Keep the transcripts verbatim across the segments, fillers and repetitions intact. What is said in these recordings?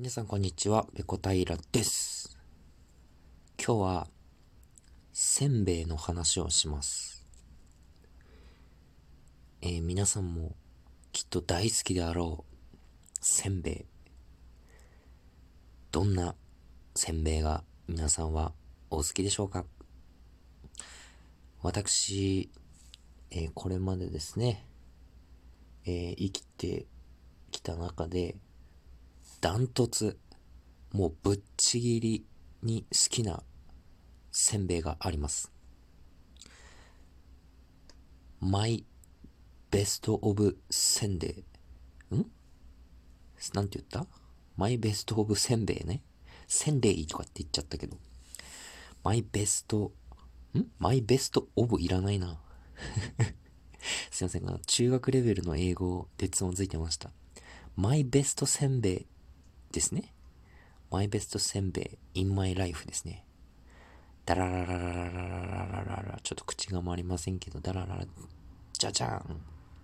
皆さんこんにちは、ペコ平です。今日はせんべいの話をします。えー皆さんもきっと大好きであろうせんべい。どんなせんべいが皆さんはお好きでしょうか？私、えーこれまでですね、えー生きてきた中でダントツ、もうぶっちぎりに好きなせんべいがあります。マイベストオブせんべい。んなんて言った？マイベストオブせんべいね。せんべいとかって言っちゃったけど。マイベスト、んマイベストオブいらないな。すいません。中学レベルの英語、鉄音ついてました。マイベストせんべいですね。マイベストせんべい in my life ですね。ダララララララララララ、ちょっと口が回りませんけど、ダラララ、じゃじゃん。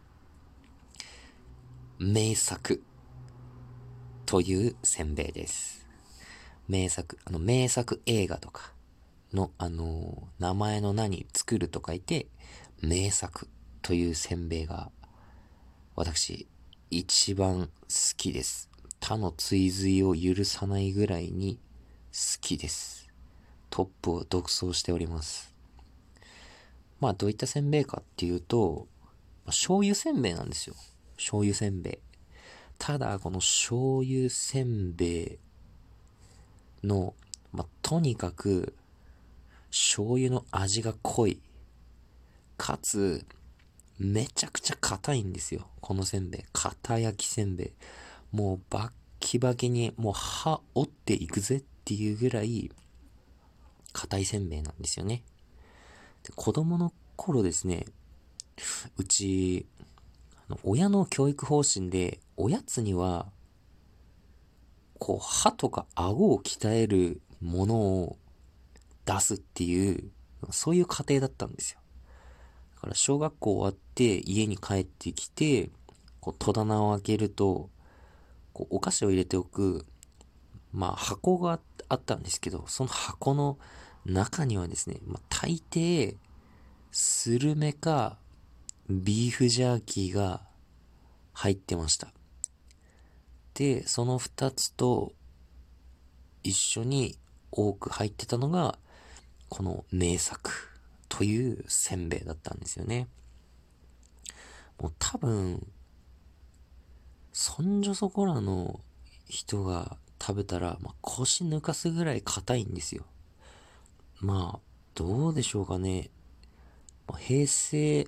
名作というせんべいです。名作、あの、名作映画とかの、あのー名前の名に作ると書いて、名作というせんべいが、私、一番好きです。他の追随を許さないぐらいに好きです。トップを独走しております。まあ、どういったせんべいかっていうと、醤油せんべいなんですよ。醤油せんべい。ただ、この醤油せんべいの、まあ、とにかく、醤油の味が濃い。かつ、めちゃくちゃ硬いんですよ。このせんべい。硬焼きせんべい。もうバッキバキに、もう歯折っていくぜっていうぐらい、硬いせんべいなんですよね。で、子供の頃ですね、うち、あの親の教育方針で、おやつには、こう、歯とか顎を鍛えるものを出すっていう、そういう過程だったんですよ。だから小学校終わって家に帰ってきて、こう戸棚を開けると、こうお菓子を入れておく、まあ箱があったんですけど、その箱の中にはですね、まあ大抵、スルメかビーフジャーキーが入ってました。で、その二つと一緒に多く入ってたのが、この名作というせんべいだったんですよね。もう多分、そんじょそこらの人が食べたら、まあ、腰抜かすぐらい硬いんですよ。まあ、どうでしょうかね。まあ、平成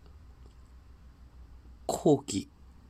後期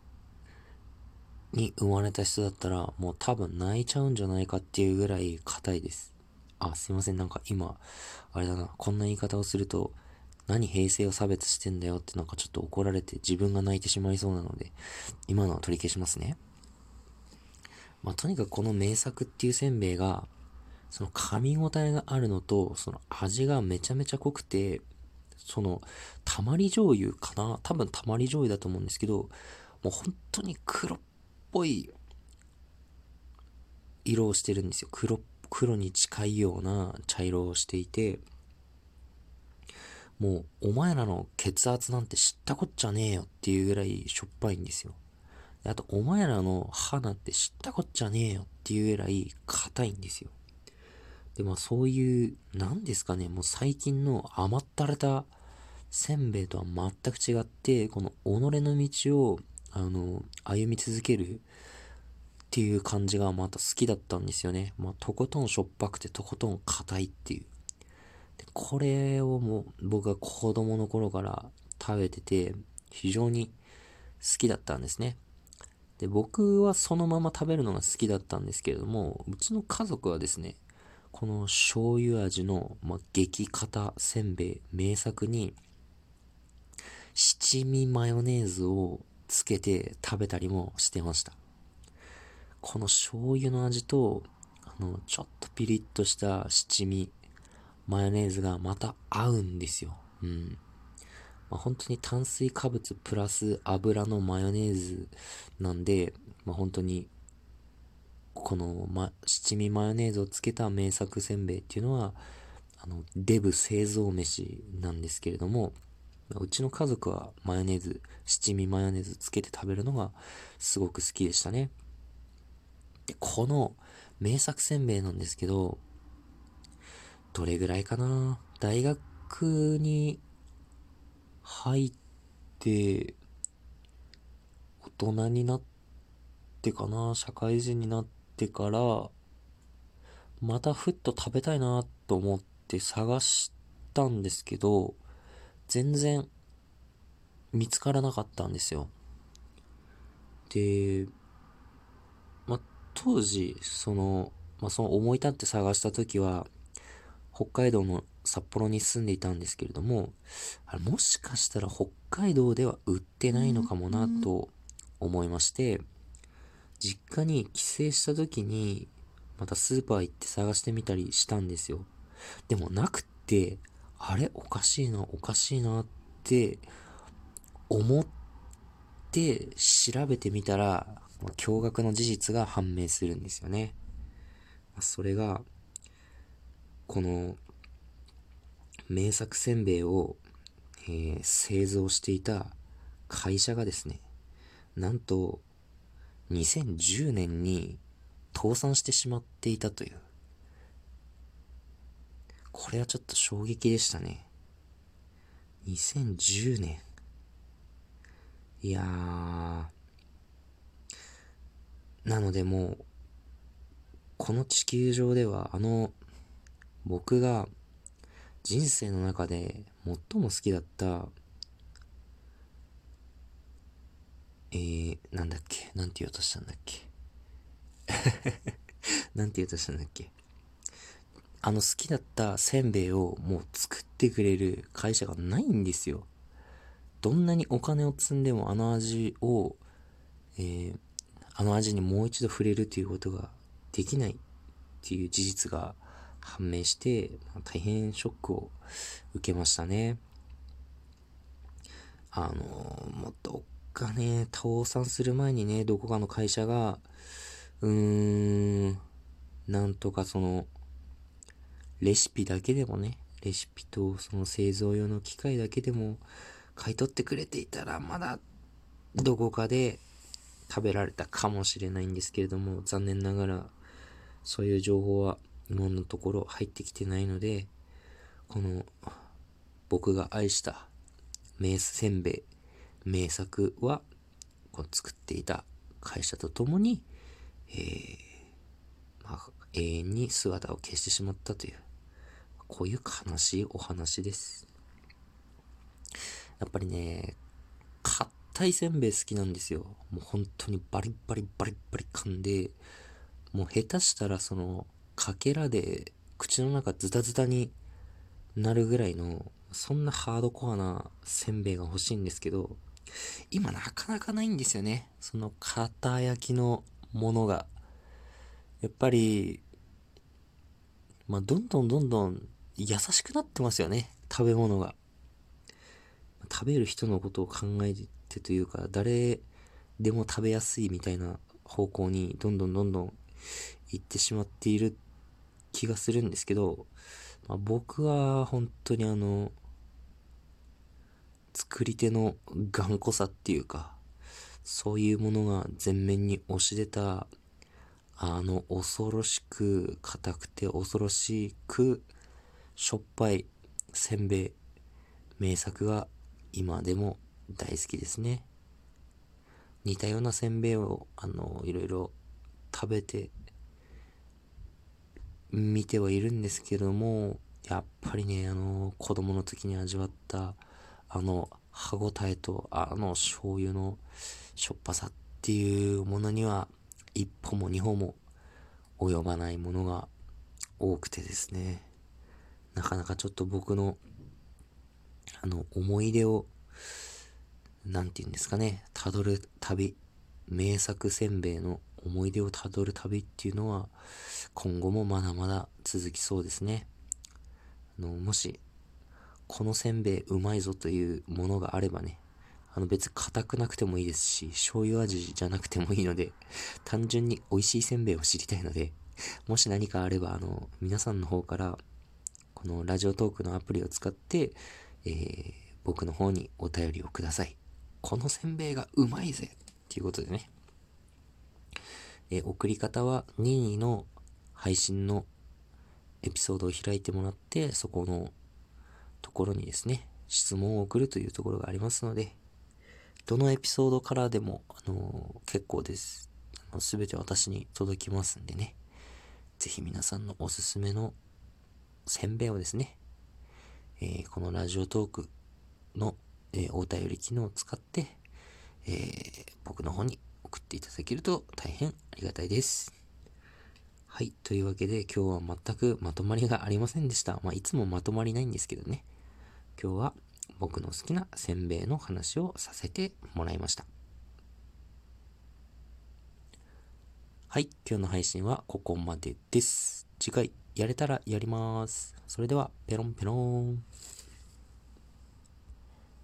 に生まれた人だったら、もう多分泣いちゃうんじゃないかっていうぐらい硬いです。あ、すいません。なんか今、あれだな。こんな言い方をすると、何平成を差別してんだよってなんかちょっと怒られて自分が泣いてしまいそうなので、今のは取り消しますね。まあ、とにかくこの名作っていうせんべいが、その噛み応えがあるのと、その味がめちゃめちゃ濃くて、その、たまり醤油かな、多分たまり醤油だと思うんですけど、もう本当に黒っぽい色をしてるんですよ。黒、黒に近いような茶色をしていて、もうお前らの血圧なんて知ったこっちゃねえよっていうぐらいしょっぱいんですよ。あと、お前らの歯なんて知ったこっちゃねえよっていうぐらい硬いんですよ。で、まあそういう、なんですかね、もう最近の甘ったれたせんべいとは全く違って、この己の道を、あの、歩み続けるっていう感じがまた好きだったんですよね。まあとことんしょっぱくてとことん硬いっていう。で、これをもう僕は子供の頃から食べてて、非常に好きだったんですね。で、僕はそのまま食べるのが好きだったんですけれども、うちの家族はですね、この醤油味の、まあ、激辛せんべい名作に七味マヨネーズをつけて食べたりもしてました。この醤油の味と、あの、ちょっとピリッとした七味マヨネーズがまた合うんですよ。うん。まあ、本当に炭水化物プラス油のマヨネーズなんで、まあ、本当にこの、ま、七味マヨネーズをつけた名作せんべいっていうのは、あの、デブ製造飯なんですけれども、うちの家族はマヨネーズ、七味マヨネーズつけて食べるのがすごく好きでしたね。で、この名作せんべいなんですけど、どれぐらいかな、大学に入って、大人になってかな、社会人になってから、またふっと食べたいなと思って探したんですけど、全然見つからなかったんですよ。で、まあ、当時、その、まあ、その思い立って探した時は、北海道の札幌に住んでいたんですけれども、あれもしかしたら北海道では売ってないのかもなと思いまして、実家に帰省した時に、またスーパー行って探してみたりしたんですよ。でもなくって、あれおかしいな、おかしいなって思って調べてみたら、驚愕の事実が判明するんですよね。それが、この名作せんべいを、えー製造していた会社がですね、なんとにせんじゅうねんに倒産してしまっていたという。これはちょっと衝撃でしたね。にせんじゅうねん。いやー、なのでもう、この地球上ではあの、僕が人生の中で最も好きだった、えー、なんだっけ、なんて言おうとしたんだっけ。なんて言おうとしたんだっけ。あの好きだったせんべいをもう作ってくれる会社がないんですよ。どんなにお金を積んでもあの味を、えー、あの味にもう一度触れるということができないっていう事実が判明して、大変ショックを受けましたね。あのー、もっとかね、倒産する前にね、どこかの会社が、うーん、なんとかその、レシピだけでもね、レシピとその製造用の機械だけでも買い取ってくれていたら、まだどこかで食べられたかもしれないんですけれども、残念ながら、そういう情報は今のところ入ってきてないので、この僕が愛した名せんべい、名作は、こう作っていた会社とともに、えー、まあ、永遠に姿を消してしまったという、こういう悲しいお話です。やっぱりね、硬いせんべい好きなんですよ。もう本当にバリバリバリバリ噛んで、もう下手したらその、かけらで口の中ズタズタになるぐらいの、そんなハードコアなせんべいが欲しいんですけど、今なかなかないんですよね。その片焼きのものが。やっぱり、まあ、どんどんどんどん優しくなってますよね。食べ物が。食べる人のことを考えてというか、誰でも食べやすいみたいな方向にどんどんどんどん行ってしまっている気がするんですけど、まあ、僕は本当にあの、作り手の頑固さっていうか、そういうものが前面に押し出た、あの恐ろしく硬くて恐ろしくしょっぱいせんべい、名作が今でも大好きですね。似たようなせんべいを、あの、いろいろ食べてみてはいるんですけども、やっぱりね、あの、子供の時に味わった、あの、歯ごたえと、あの、醤油のしょっぱさっていうものには、一歩も二歩も及ばないものが多くてですね、なかなかちょっと僕の、あの、思い出を、なんて言うんですかね、たどる旅、名作せんべいの思い出をたどる旅っていうのは、今後もまだまだ続きそうですね。あの、もし、このせんべいうまいぞというものがあればね、 あの別に硬くなくてもいいですし、醤油味じゃなくてもいいので、単純に美味しいせんべいを知りたいので、もし何かあれば、あの、皆さんの方から、このラジオトークのアプリを使って、えー、僕の方にお便りをください。このせんべいがうまいぜっていうことでね。えー、送り方は任意の配信のエピソードを開いてもらって、そこのところにですね、質問を送るというところがありますので、どのエピソードからでも、あのー、結構です。すべて私に届きますんでね。ぜひ皆さんのおすすめのせんべいをですね、えー、このラジオトークの、えー、お便り機能を使って、えー、僕の方に送っていただけると大変ありがたいです。はい。というわけで今日は全くまとまりがありませんでした。まあ、いつもまとまりないんですけどね。今日は僕の好きなせんべいの話をさせてもらいました。はい。今日の配信はここまでです。次回やれたらやります。それでは、ペロンペロン。